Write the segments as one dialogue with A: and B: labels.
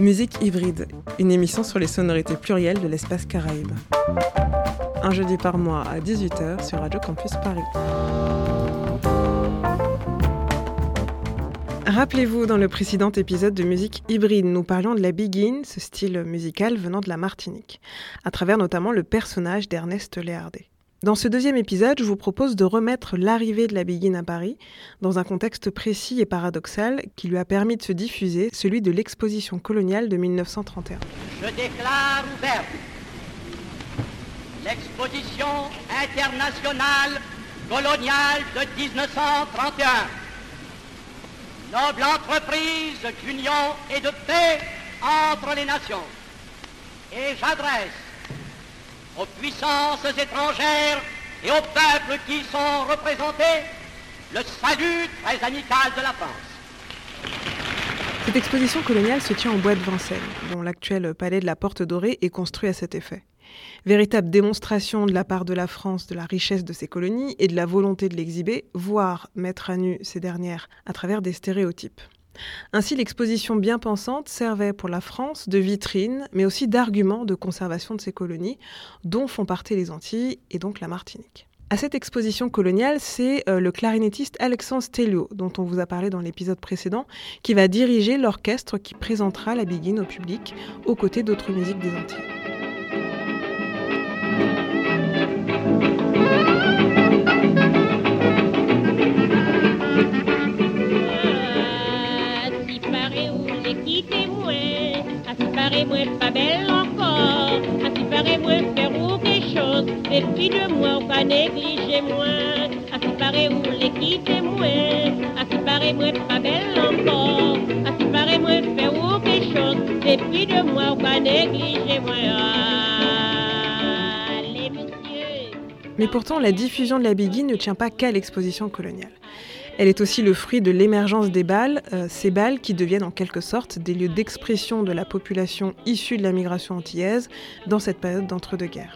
A: Musique hybride, une émission sur les sonorités plurielles de l'espace Caraïbe. Un jeudi par mois à 18h sur Radio Campus Paris. Rappelez-vous, dans le précédent épisode de Musique hybride, nous parlions de la biguine, ce style musical venant de la Martinique, à travers notamment le personnage d'Ernest Léardé. Dans ce deuxième épisode, je vous propose de remettre l'arrivée de la biguine à Paris dans un contexte précis et paradoxal qui lui a permis de se diffuser, celui de l'exposition coloniale de 1931.
B: Je déclare ouverte l'exposition internationale coloniale de 1931. Noble entreprise d'union et de paix entre les nations. Et j'adresse aux puissances étrangères et aux peuples qui y sont représentés le salut très amical de la France.
A: Cette exposition coloniale se tient au bois de Vincennes, dont l'actuel palais de la Porte Dorée est construit à cet effet. Véritable démonstration de la part de la France de la richesse de ses colonies et de la volonté de l'exhiber, voire mettre à nu ces dernières à travers des stéréotypes. Ainsi, l'exposition bien pensante servait pour la France de vitrine, mais aussi d'argument de conservation de ses colonies, dont font partie les Antilles et donc la Martinique. À cette exposition coloniale, c'est le clarinettiste Alexandre Stelio, dont on vous a parlé dans l'épisode précédent, qui va diriger l'orchestre qui présentera la biguine au public, aux côtés d'autres musiques des Antilles.
C: Moi pas belle encore, à ce qui paraît moi faire ou quelque chose, et puis de moi ou pas négliger moi, à ce qui paraît ou les quitter moi, à ce qui paraît moi pas belle encore, à ce qui paraît moi faire ou quelque chose, et puis de moi ou pas négliger moi. Les messieurs.
A: Mais pourtant, la diffusion de la biguine ne tient pas qu'à l'exposition coloniale. Elle est aussi le fruit de l'émergence des bals, ces bals qui deviennent en quelque sorte des lieux d'expression de la population issue de la migration antillaise dans cette période d'entre-deux-guerres.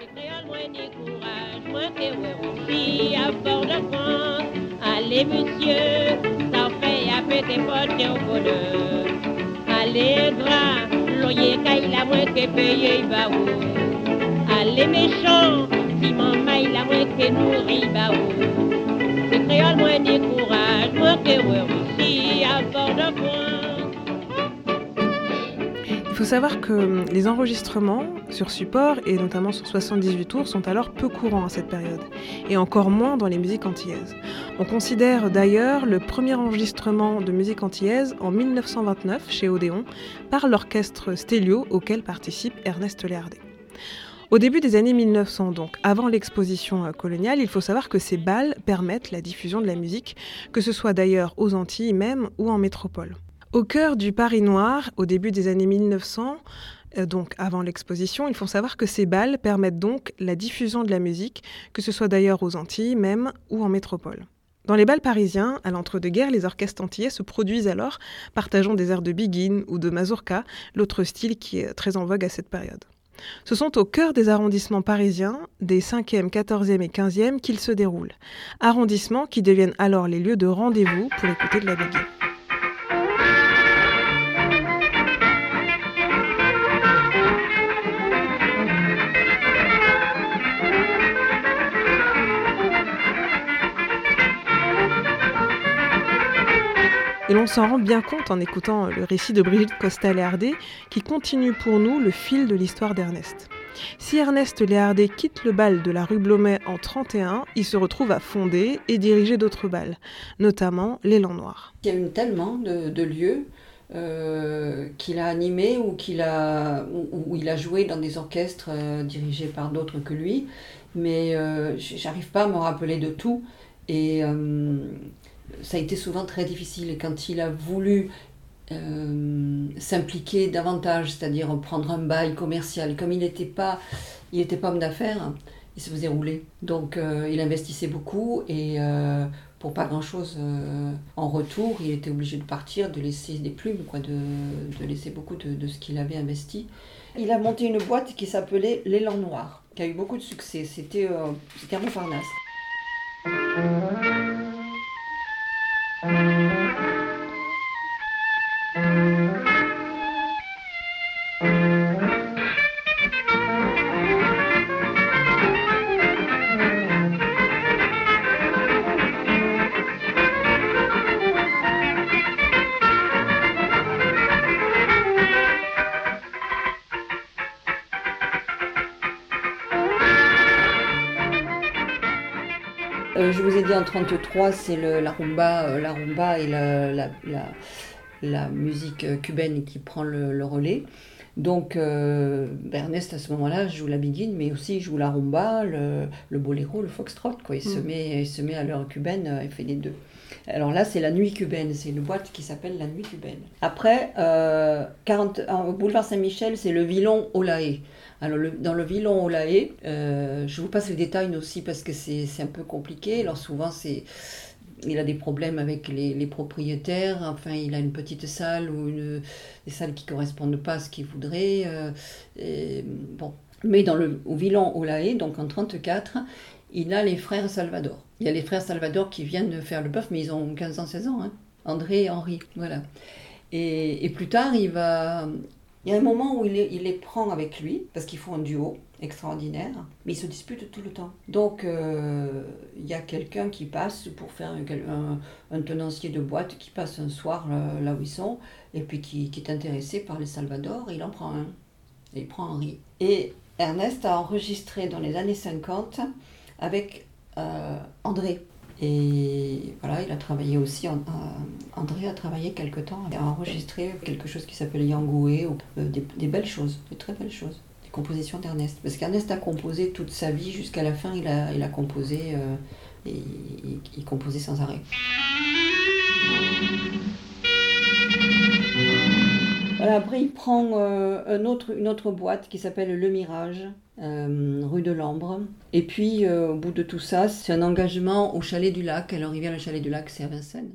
C: Allez monsieur, ça fait à péter porter au bonheur. Allez drap, loyer qu'il a moins que payer va où. Allez méchant, si maman il a moins que nourrir va où. C'est créole moins de courage, moins que aussi à bord de point.
A: Il faut savoir que les enregistrements sur support, et notamment sur 78 tours, sont alors peu courants à cette période, et encore moins dans les musiques antillaises. On considère d'ailleurs le premier enregistrement de musique antillaise en 1929 chez Odéon par l'orchestre Stelio auquel participe Ernest Léardé. Au début des années 1900, donc avant l'exposition coloniale, il faut savoir que ces bals permettent la diffusion de la musique, que ce soit d'ailleurs aux Antilles même ou en métropole. Au cœur du Paris noir, au début des années 1900, donc avant l'exposition, il faut savoir que ces bals permettent donc la diffusion de la musique, que ce soit d'ailleurs aux Antilles même ou en métropole. Dans les bals parisiens, à l'entre-deux-guerres, les orchestres antillais se produisent alors, partageant des airs de biguine ou de mazurka, l'autre style qui est très en vogue à cette période. Ce sont au cœur des arrondissements parisiens, des 5e, 14e et 15e, qu'ils se déroulent. Arrondissements qui deviennent alors les lieux de rendez-vous pour écouter de la biguine. Et l'on s'en rend bien compte en écoutant le récit de Brigitte Costa-Léardé qui continue pour nous le fil de l'histoire d'Ernest. Si Ernest Léardé quitte le bal de la rue Blomet en 1931, il se retrouve à fonder et diriger d'autres bals, notamment l'Élan Noir.
D: Il y a eu tellement de lieux qu'il a animés ou où il a joué dans des orchestres dirigés par d'autres que lui, mais j'arrive pas à me rappeler de tout. Et ça a été souvent très difficile. Et quand il a voulu s'impliquer davantage, c'est-à-dire prendre un bail commercial, comme il n'était pas homme d'affaires, il se faisait rouler. Donc il investissait beaucoup et pour pas grand-chose en retour, il était obligé de partir, de laisser des plumes, de laisser beaucoup de ce qu'il avait investi. Il a monté une boîte qui s'appelait l'Élan Noir, qui a eu beaucoup de succès. C'était à Montparnasse. je vous ai dit en 1933, c'est la rumba et la musique cubaine qui prend le relais. Donc Ernest à ce moment-là joue la biguine, mais aussi il joue la rumba, le boléro, le foxtrot, quoi. Il se met à l'heure cubaine, il fait les deux. Alors là, c'est la nuit cubaine, c'est une boîte qui s'appelle la nuit cubaine. Après, au boulevard Saint-Michel, c'est le Villon Olaé. Alors dans le Villon Olaé, je vous passe les détails aussi parce que c'est un peu compliqué. Alors souvent, il a des problèmes avec les propriétaires. Enfin, il a une petite salle ou des salles qui ne correspondent pas à ce qu'il voudrait. Bon. Mais au Villon Olaé, donc en 1934, il a les frères Salvador. Il y a les frères Salvador qui viennent faire le bœuf, mais ils ont 15 ans, 16 ans. Hein. André et Henri, voilà. Et plus tard, il y a un moment où il les prend avec lui, parce qu'ils font un duo extraordinaire, mais ils se disputent tout le temps. Donc, il y a quelqu'un qui passe pour faire un tenancier de boîte qui passe un soir là où ils sont, et puis qui est intéressé par les Salvador, et il en prend un. Et il prend Henri. Et Ernest a enregistré dans les années 50 avec André. Et voilà, il a travaillé aussi, André a travaillé quelque temps, il a enregistré quelque chose qui s'appelle Yangoué, des belles choses, de très belles choses, des compositions d'Ernest. Parce qu'Ernest a composé toute sa vie, jusqu'à la fin, il a composé, et il composait sans arrêt. Voilà, après, il prend une autre boîte qui s'appelle Le Mirage, rue de l'Ambre. Et puis, au bout de tout ça, c'est un engagement au Chalet du Lac. Alors, il vient le Chalet du Lac, c'est à Vincennes.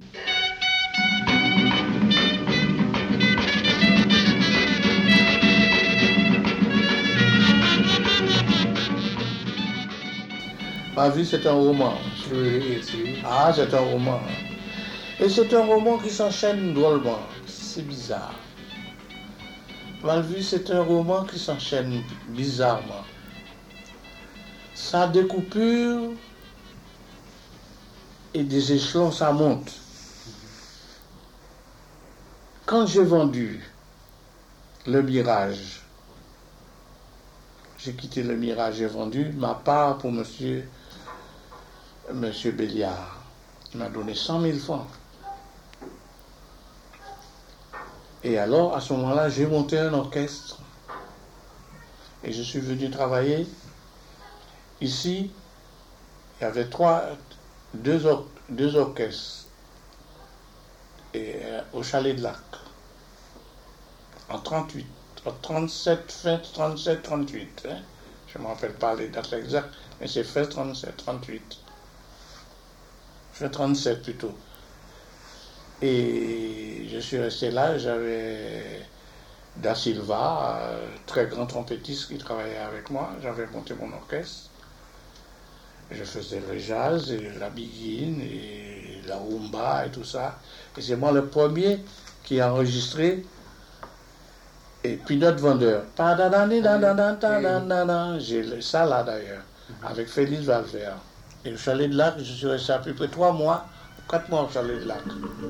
E: Ma vie, c'est un roman. Ah, c'est un roman. Et c'est un roman qui s'enchaîne drôlement. C'est bizarre. Ma vie, c'est un roman qui s'enchaîne bizarrement. Sa découpure et des échelons, ça monte. Quand j'ai vendu Le Mirage, j'ai quitté Le Mirage, j'ai vendu ma part pour Monsieur Béliard. Il m'a donné 100 000 francs. Et alors, à ce moment-là, j'ai monté un orchestre. Et je suis venu travailler ici. Il y avait deux orchestres au Chalet de Lac. En 38, en 37, fin 37, 38. Hein? Je ne me rappelle pas les dates exactes, mais c'est fin 37, 38. Fin 37 plutôt. Et je suis resté là, j'avais Da Silva, très grand trompettiste qui travaillait avec moi, j'avais monté mon orchestre. Je faisais le jazz et la biguine et la rumba et tout ça. Et c'est moi le premier qui a enregistré. Et puis notre vendeur. J'ai ça là d'ailleurs, avec Félix Valvert. Et au Chalet de Lac, je suis resté à peu près 4 mois au Chalet de Lac.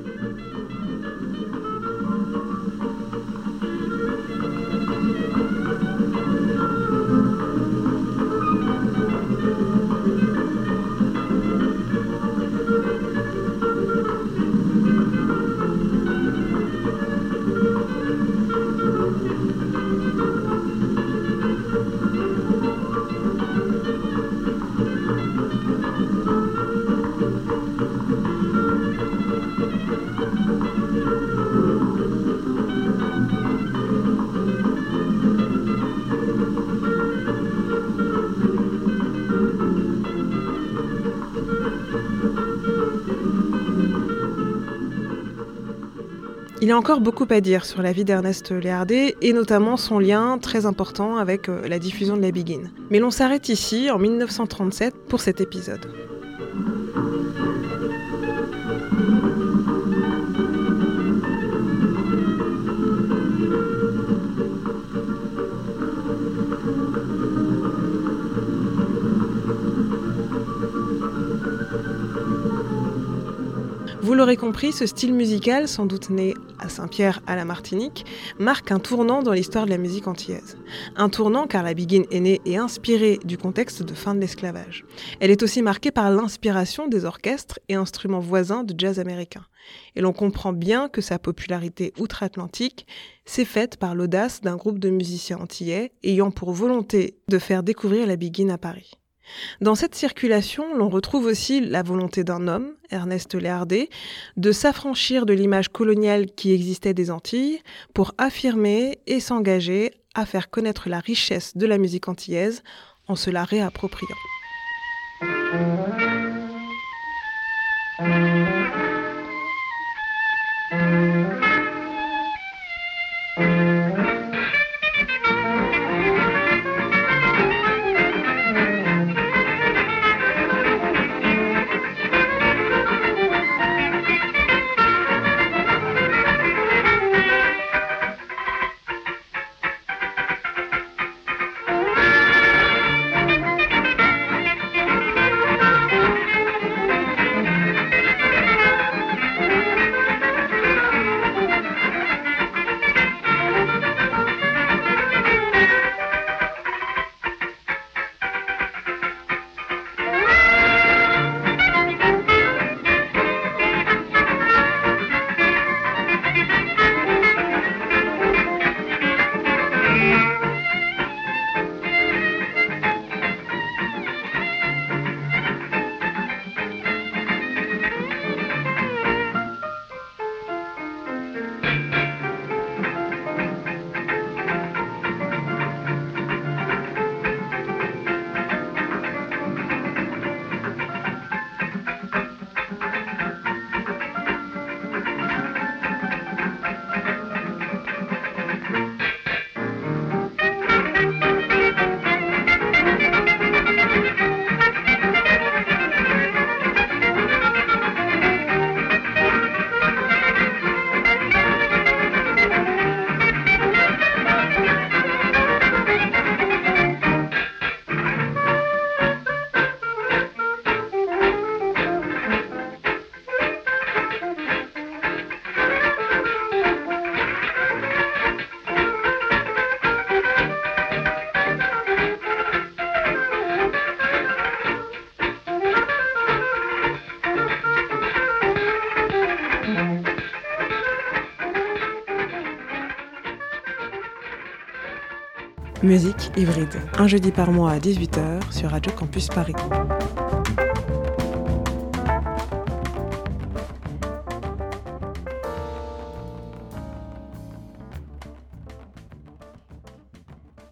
A: Il y a encore beaucoup à dire sur la vie d'Ernest Léhardet et notamment son lien très important avec la diffusion de la biguine. Mais l'on s'arrête ici en 1937 pour cet épisode. Vous l'aurez compris, ce style musical, sans doute né à Saint-Pierre, à la Martinique, marque un tournant dans l'histoire de la musique antillaise. Un tournant car la biguine est née et inspirée du contexte de fin de l'esclavage. Elle est aussi marquée par l'inspiration des orchestres et instruments voisins de jazz américain. Et l'on comprend bien que sa popularité outre-Atlantique s'est faite par l'audace d'un groupe de musiciens antillais ayant pour volonté de faire découvrir la biguine à Paris. Dans cette circulation, l'on retrouve aussi la volonté d'un homme, Ernest Léhardet, de s'affranchir de l'image coloniale qui existait des Antilles pour affirmer et s'engager à faire connaître la richesse de la musique antillaise en se la réappropriant. Musique hybride, un jeudi par mois à 18h sur Radio Campus Paris.